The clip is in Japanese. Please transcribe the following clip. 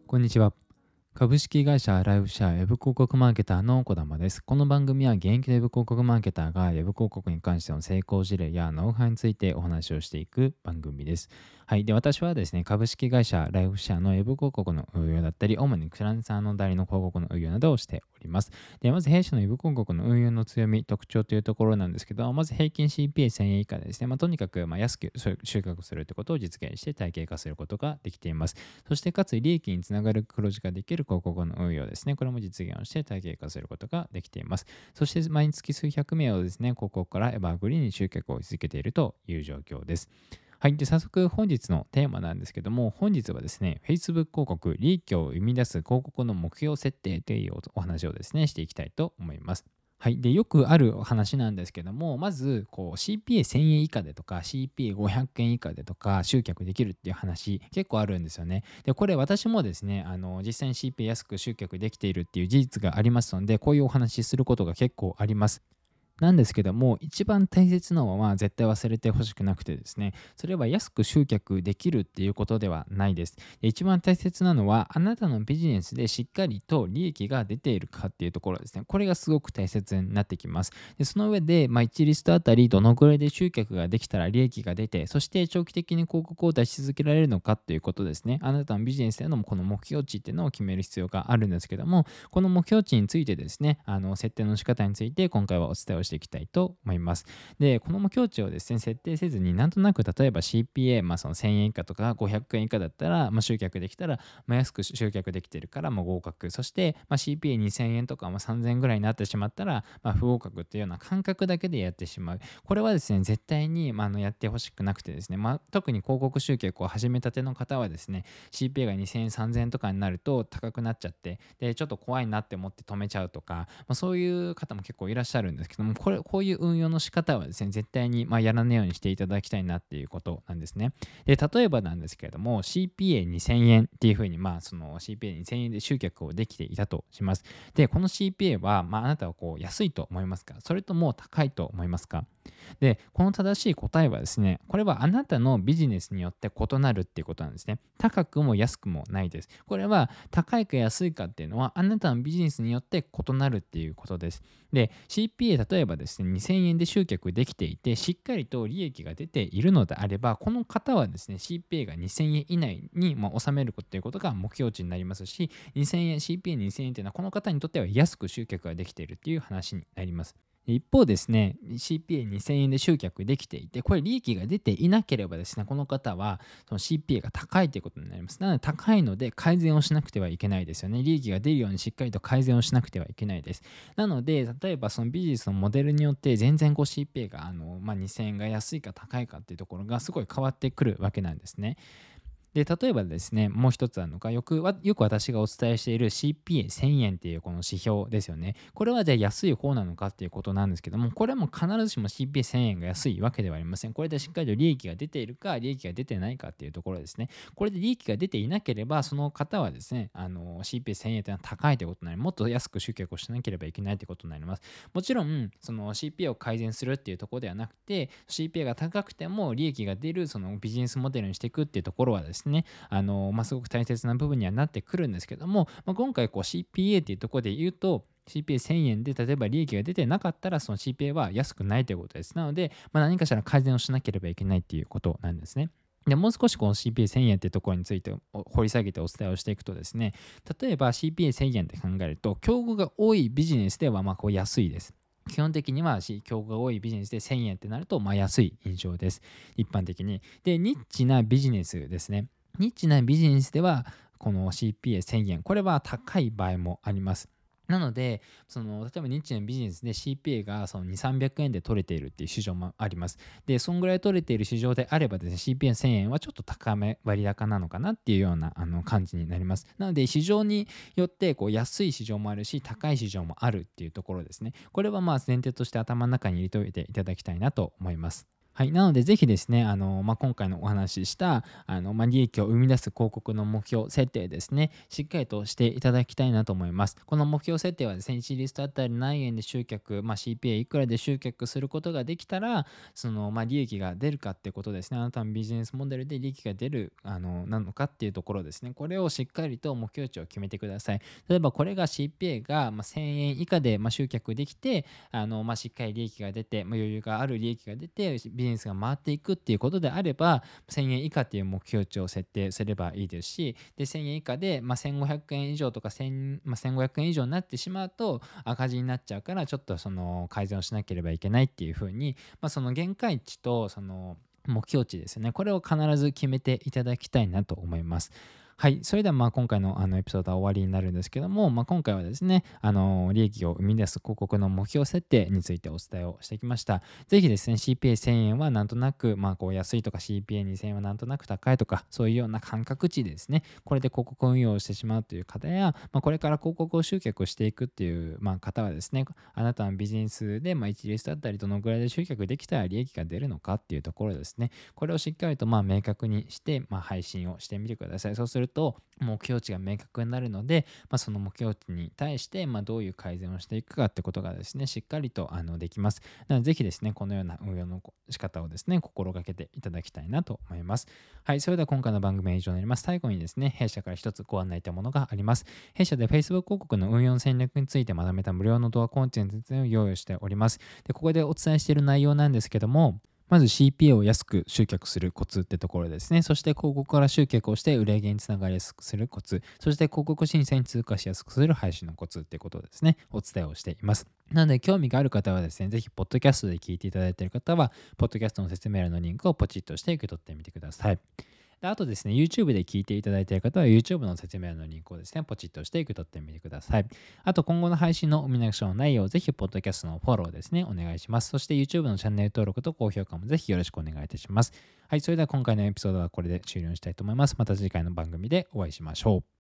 こんにちは。株式会社ライフシェアウェブ広告マーケターの小玉です。この番組は現役のウェブ広告マーケターがウェブ広告に関しての成功事例やノウハウについてお話をしていく番組です。はい。で、私はですね、株式会社ライフシェアのウェブ広告の運用だったり、主にクライアントさんの代理の広告の運用などをしております。で、まず弊社のウェブ広告の運用の強み、特徴というところなんですけど、まず平均 CPA1000 円以下でですね、とにかく安く集客するということを実現して体系化することができています。そしてかつ利益につながる黒字ができる広告の運用ですね。これも実現をして体系化することができています。そして毎月数百名をですね、広告からエバーグリーンに集客を続けているという状況です。はい。で、早速本日のテーマなんですけども、本日はですね、Facebook 広告、利益を生み出す広告の目標設定というお話をですね、していきたいと思います。はい。で、よくあるお話なんですけども、まず、CPA1000 円以下でとか、CPA500 円以下でとか、集客できるっていう話、結構あるんですよね。で、これ私もですね、実際に CPA 安く集客できているっていう事実がありますので、こういうお話しすることが結構あります。なんですけども、一番大切なのは絶対忘れてほしくなくてですね、それは安く集客できるっていうことではないです。で、一番大切なのは、あなたのビジネスでしっかりと利益が出ているかっていうところですね。これがすごく大切になってきます。で、その上で、1リストあたりどのくらいで集客ができたら利益が出て、そして長期的に広告を出し続けられるのかっていうことですね。あなたのビジネスでのこの目標値っていうのを決める必要があるんですけども、この目標値についてですね、設定の仕方について今回はお伝えをしていきたいと思います。で、この目標値をですね、設定せずに、なんとなく例えば CPA、その1000円以下とか500円以下だったら、集客できたら、安く集客できてるから、合格。そして、CPA2000 円とか、3000円ぐらいになってしまったら、不合格っていうような感覚だけでやってしまう。これはですね、絶対に、やってほしくなくてですね、特に広告集客を始めたての方はですね、CPA が2000円、3000円とかになると高くなっちゃって、で、ちょっと怖いなって思って止めちゃうとか、そういう方も結構いらっしゃるんですけども、こういう運用の仕方はですね、絶対にやらないようにしていただきたいなっていうことなんですね。で、例えばなんですけれども、CPA2000 円っていうふうに、その CPA2000 円で集客をできていたとします。で、この CPA は、あなたは安いと思いますか？それとも高いと思いますか？で、この正しい答えはですね、これはあなたのビジネスによって異なるっていうことなんですね。高くも安くもないです。これは高いか安いかっていうのはあなたのビジネスによって異なるっていうことです。で、CPA 例えばですね、2000円で集客できていて、しっかりと利益が出ているのであれば、この方はですね、CPA が2000円以内に収めることということが目標値になりますし、2000円、CPA2000 円というのはこの方にとっては安く集客ができているっていう話になります。一方ですね、CPA2000 円で集客できていて、これ利益が出ていなければですね、この方はその CPA が高いということになります。なので高いので改善をしなくてはいけないですよね。利益が出るようにしっかりと改善をしなくてはいけないです。なので、例えばそのビジネスのモデルによって全然CPA が2000円が安いか高いかっていうところがすごい変わってくるわけなんですね。で、例えばですね、もう一つあるのが、よく私がお伝えしている CPA1000 円っていうこの指標ですよね。これはじゃあ安い方なのかっていうことなんですけども、これも必ずしも CPA1000 円が安いわけではありません。これでしっかりと利益が出ているか、利益が出てないかっていうところですね。これで利益が出ていなければ、その方はですね、CPA1000 円というのは高いということになり、もっと安く集客をしなければいけないということになります。もちろん、その CPA を改善するっていうところではなくて、CPA が高くても利益が出るそのビジネスモデルにしていくっていうところはですね、すごく大切な部分にはなってくるんですけども、今回CPA っていうところで言うと、CPA1000 円で例えば利益が出てなかったら、その CPA は安くないということです。なので、何かしら改善をしなければいけないっていうことなんですね。で、もう少しこの CPA1000 円っていうところについて掘り下げてお伝えをしていくとですね、例えば CPA1000 円って考えると、競合が多いビジネスでは安いです。基本的には競合が多いビジネスで1000円ってなると安い印象です。一般的に。で、ニッチなビジネスですね。ニッチなビジネスでは、この CPA1000 円、これは高い場合もあります。なので、例えばニッチなビジネスで CPA がその2、300円で取れているっていう市場もあります。で、そんぐらい取れている市場であればですね、CPA1000 円はちょっと高め割高なのかなっていうような感じになります。なので、市場によって安い市場もあるし、高い市場もあるっていうところですね。これは前提として頭の中に入れておいていただきたいなと思います。 はい、なのでぜひですね、今回のお話しした利益を生み出す広告の目標設定ですね、しっかりとしていただきたいなと思います。この目標設定はですね、1リストあたり何円で集客、CPA いくらで集客することができたら、利益が出るかっていうことですね、あなたのビジネスモデルで利益が出るなのかっていうところですね、これをしっかりと目標値を決めてください。例えばこれが CPA が1000円以下で集客できて、しっかり利益が出て、余裕がある利益が出て、ビジネスが回っていくっていうことであれば、1000円以下っていう目標値を設定すればいいですし、で、1000円以下で、1500円以上とか1500円以上になってしまうと赤字になっちゃうから、ちょっとその改善をしなければいけないっていうふうに、その限界値とその目標値ですね、これを必ず決めていただきたいなと思います。はい、それでは今回のエピソードは終わりになるんですけども、今回はですね、利益を生み出す広告の目標設定についてお伝えをしてきました。ぜひですね、CPA1000 円はなんとなく、安いとか CPA2000 円はなんとなく高いとか、そういうような感覚値ですね、これで広告運用をしてしまうという方や、これから広告を集客していくっていう、方はですね、あなたのビジネスで、1リストだったりどのぐらいで集客できたら利益が出るのかっていうところですね、これをしっかりと明確にして、配信をしてみてください。そうすると目標値が明確になるので、その目標値に対して、どういう改善をしていくかってことがですね、しっかりとできます。なのでぜひですね、このような運用の仕方をですね、心がけていただきたいなと思います。はい、それでは今回の番組は以上になります。最後にですね、弊社から一つご案内というものがあります。弊社で Facebook 広告の運用戦略についてまとめた無料の動画コンテンツを用意しております。で、ここでお伝えしている内容なんですけども、まず CPA を安く集客するコツってところですね。そして広告から集客をして売上につながりやすくするコツ。そして広告審査に通過しやすくする配信のコツってことですね。お伝えをしています。なので興味がある方はですね、ぜひポッドキャストで聞いていただいている方は、ポッドキャストの説明欄のリンクをポチッとして受け取ってみてください。であとですね、YouTube で聞いていただいている方は YouTube の説明欄のリンクをですね、ポチッとして受け取ってみてください。あと今後の配信のお見逃しのないよう、ぜひポッドキャストのフォローですね、お願いします。そして YouTube のチャンネル登録と高評価もぜひよろしくお願いいたします。はい、それでは今回のエピソードはこれで終了したいと思います。また次回の番組でお会いしましょう。